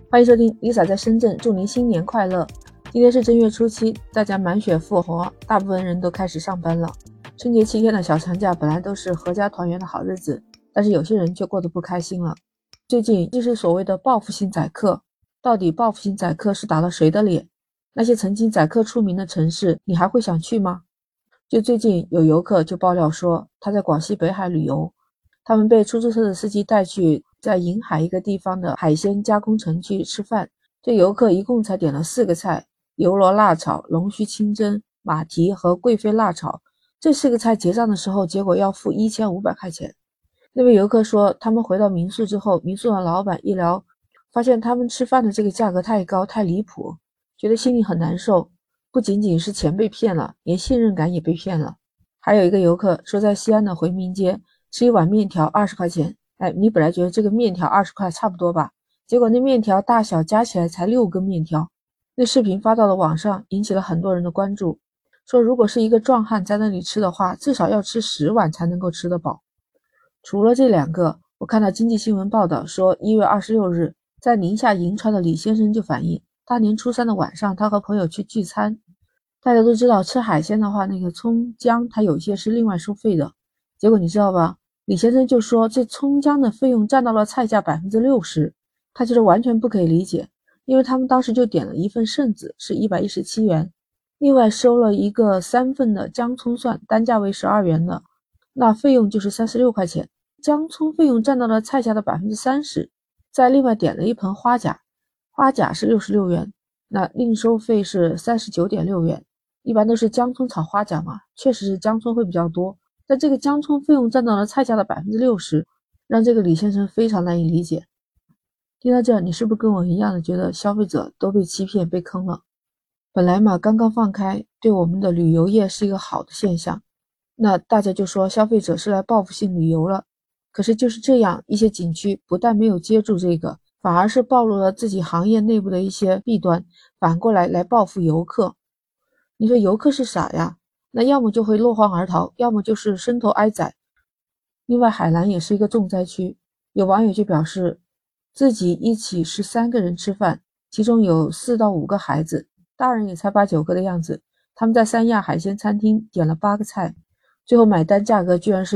欢迎收听 Lisa 在深圳，祝您新年快乐。今天是正月初七，大家满血复活，大部分人都开始上班了。春节7天的小长假本来都是合家团圆的好日子，但是有些人却过得不开心了。最近就是所谓的报复性宰客，到底报复性宰客是打了谁的脸？那些曾经宰客出名的城市，你还会想去吗？就最近有游客就爆料说，他在广西北海旅游，他们被出租车的司机带去在银海一个地方的海鲜加工城去吃饭。这游客一共才点了4个菜：油螺辣炒、龙须清蒸、马蹄和贵妃辣炒。这4个菜结账的时候，结果要付1500块钱。那位游客说，他们回到民宿之后，民宿的老板一聊，发现他们吃饭的这个价格太高太离谱，觉得心里很难受。不仅仅是钱被骗了，连信任感也被骗了。还有一个游客说，在西安的回民街吃一碗面条20块钱。你本来觉得这个面条20块差不多吧，结果那面条大小加起来才6根面条。那视频发到了网上，引起了很多人的关注，说如果是一个壮汉在那里吃的话，至少要吃10碗才能够吃得饱。除了这2个，我看到经济新闻报道说，1月26日在宁夏银川的李先生就反映，大年初3的晚上，他和朋友去聚餐。大家都知道吃海鲜的话，那个葱姜它有些是另外收费的。结果你知道吧，李先生就说这葱姜的费用占到了菜价60%，他觉得完全不可以理解，因为他们当时就点了一份圣子是117元，另外收了一个3份的姜葱蒜，单价为12元的，那费用就是36块钱，姜葱费用占到了菜价的30%，再另外点了一盆花甲，花甲是66元，那另收费是39.6元。一般都是姜葱炒花甲嘛，确实是姜葱会比较多，但这个姜葱费用占到了菜价的60%，让这个李先生非常难以理解。听到这，你是不是跟我一样的觉得消费者都被欺骗被坑了？本来嘛，刚刚放开，对我们的旅游业是一个好的现象，那大家就说消费者是来报复性旅游了。可是就是这样，一些景区不但没有接住这个，反而是暴露了自己行业内部的一些弊端，反过来报复游客。你说游客是傻呀？那要么就会落荒而逃，要么就是伸头挨宰。另外，海南也是一个重灾区，有网友就表示，自己一起13个人吃饭，其中有4到5个孩子，大人也才8、9个的样子。他们在三亚海鲜餐厅点了8个菜，最后买单价格居然是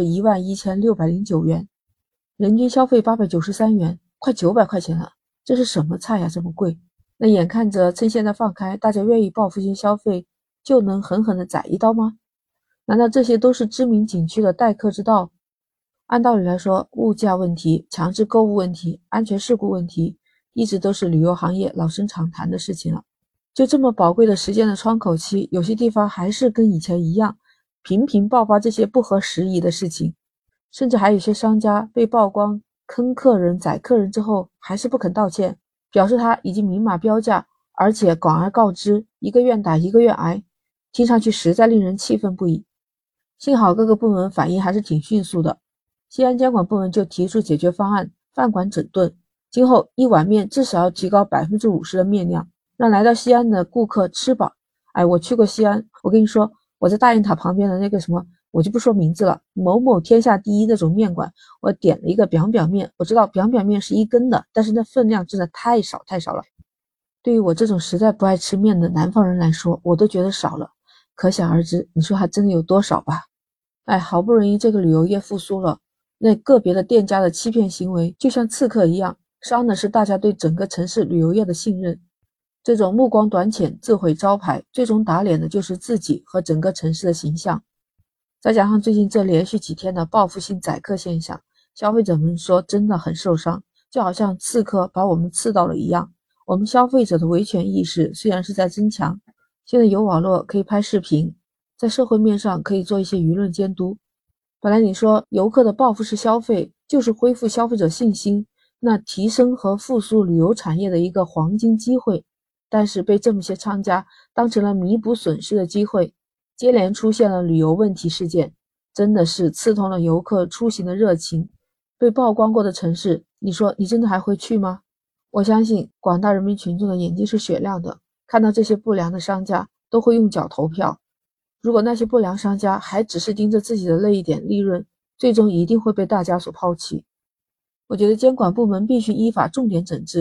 11609元，人均消费893元，快900块钱了。这是什么菜呀，这么贵？那眼看着趁现在放开，大家愿意报复性消费，就能狠狠地宰一刀吗？难道这些都是知名景区的待客之道？按道理来说，物价问题、强制购物问题、安全事故问题，一直都是旅游行业老生常谈的事情了。就这么宝贵的时间的窗口期，有些地方还是跟以前一样，频频爆发这些不合时宜的事情，甚至还有些商家被曝光坑客人、宰客人之后，还是不肯道歉，表示他已经明码标价，而且广而告之，一个愿打一个愿挨，听上去实在令人气愤不已。幸好各个部门反应还是挺迅速的，西安监管部门就提出解决方案，饭馆整顿，今后一碗面至少要提高50%的面量，让来到西安的顾客吃饱。我去过西安，我跟你说，我在大雁塔旁边的那个什么，我就不说名字了，某某天下第一那种面馆，我点了一个biang biang面，我知道biang biang面是1根的，但是那分量真的太少太少了。对于我这种实在不爱吃面的南方人来说，我都觉得少了，可想而知，你说还真的有多少吧？好不容易这个旅游业复苏了，那个别的店家的欺骗行为就像刺客一样，伤的是大家对整个城市旅游业的信任。这种目光短浅、自毁招牌，最终打脸的就是自己和整个城市的形象。再加上最近这连续几天的报复性宰客现象，消费者们说真的很受伤，就好像刺客把我们刺到了一样。我们消费者的维权意识虽然是在增强，现在有网络可以拍视频，在社会面上可以做一些舆论监督。本来你说游客的报复式消费就是恢复消费者信心，那提升和复苏旅游产业的一个黄金机会，但是被这么些商家当成了弥补损失的机会，接连出现了旅游问题事件，真的是刺痛了游客出行的热情。被曝光过的城市，你说你真的还会去吗？我相信广大人民群众的眼睛是雪亮的，看到这些不良的商家都会用脚投票。如果那些不良商家还只是盯着自己的那一点利润，最终一定会被大家所抛弃。我觉得监管部门必须依法重点整治，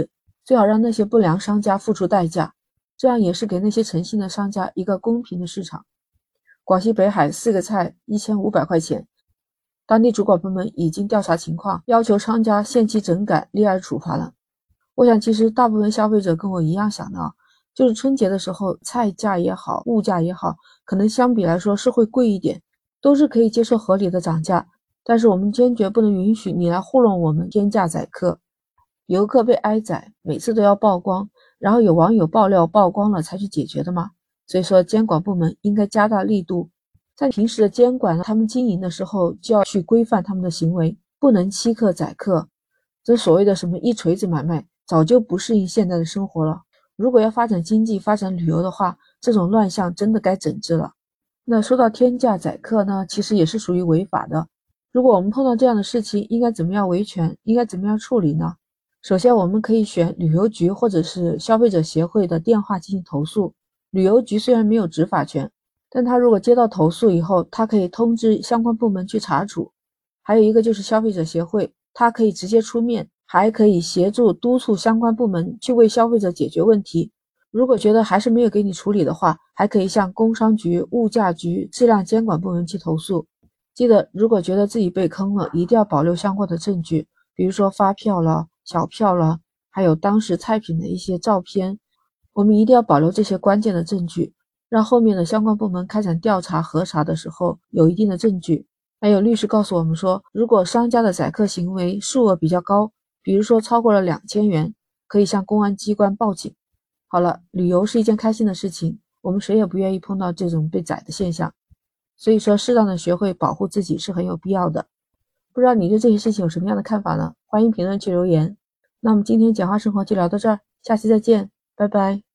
最好让那些不良商家付出代价，这样也是给那些诚信的商家一个公平的市场。广西北海4个菜1500块钱，当地主管部门已经调查情况，要求商家限期整改，立案处罚了。我想其实大部分消费者跟我一样想的，就是春节的时候菜价也好，物价也好，可能相比来说是会贵一点，都是可以接受合理的涨价，但是我们坚决不能允许你来糊弄我们，天价宰客。游客被挨宰，每次都要曝光，然后有网友爆料曝光了才去解决的吗？所以说监管部门应该加大力度，在平时的监管他们经营的时候就要去规范他们的行为，不能欺客宰客。这所谓的什么一锤子买卖早就不适应现在的生活了。如果要发展经济发展旅游的话，这种乱象真的该整治了。那说到天价宰客呢，其实也是属于违法的。如果我们碰到这样的事情，应该怎么样维权，应该怎么样处理呢？首先我们可以选旅游局或者是消费者协会的电话进行投诉。旅游局虽然没有执法权，但他如果接到投诉以后，他可以通知相关部门去查处。还有一个就是消费者协会，他可以直接出面，还可以协助督促相关部门去为消费者解决问题。如果觉得还是没有给你处理的话，还可以向工商局、物价局、质量监管部门去投诉。记得如果觉得自己被坑了，一定要保留相关的证据，比如说发票了、小票了，还有当时菜品的一些照片，我们一定要保留这些关键的证据，让后面的相关部门开展调查核查的时候有一定的证据。还有律师告诉我们说，如果商家的宰客行为数额比较高，比如说超过了2000元，可以向公安机关报警。好了，旅游是一件开心的事情，我们谁也不愿意碰到这种被宰的现象，所以说适当的学会保护自己是很有必要的。不知道你对这些事情有什么样的看法呢？欢迎评论区留言。那我们今天简化生活就聊到这儿，下期再见，拜拜。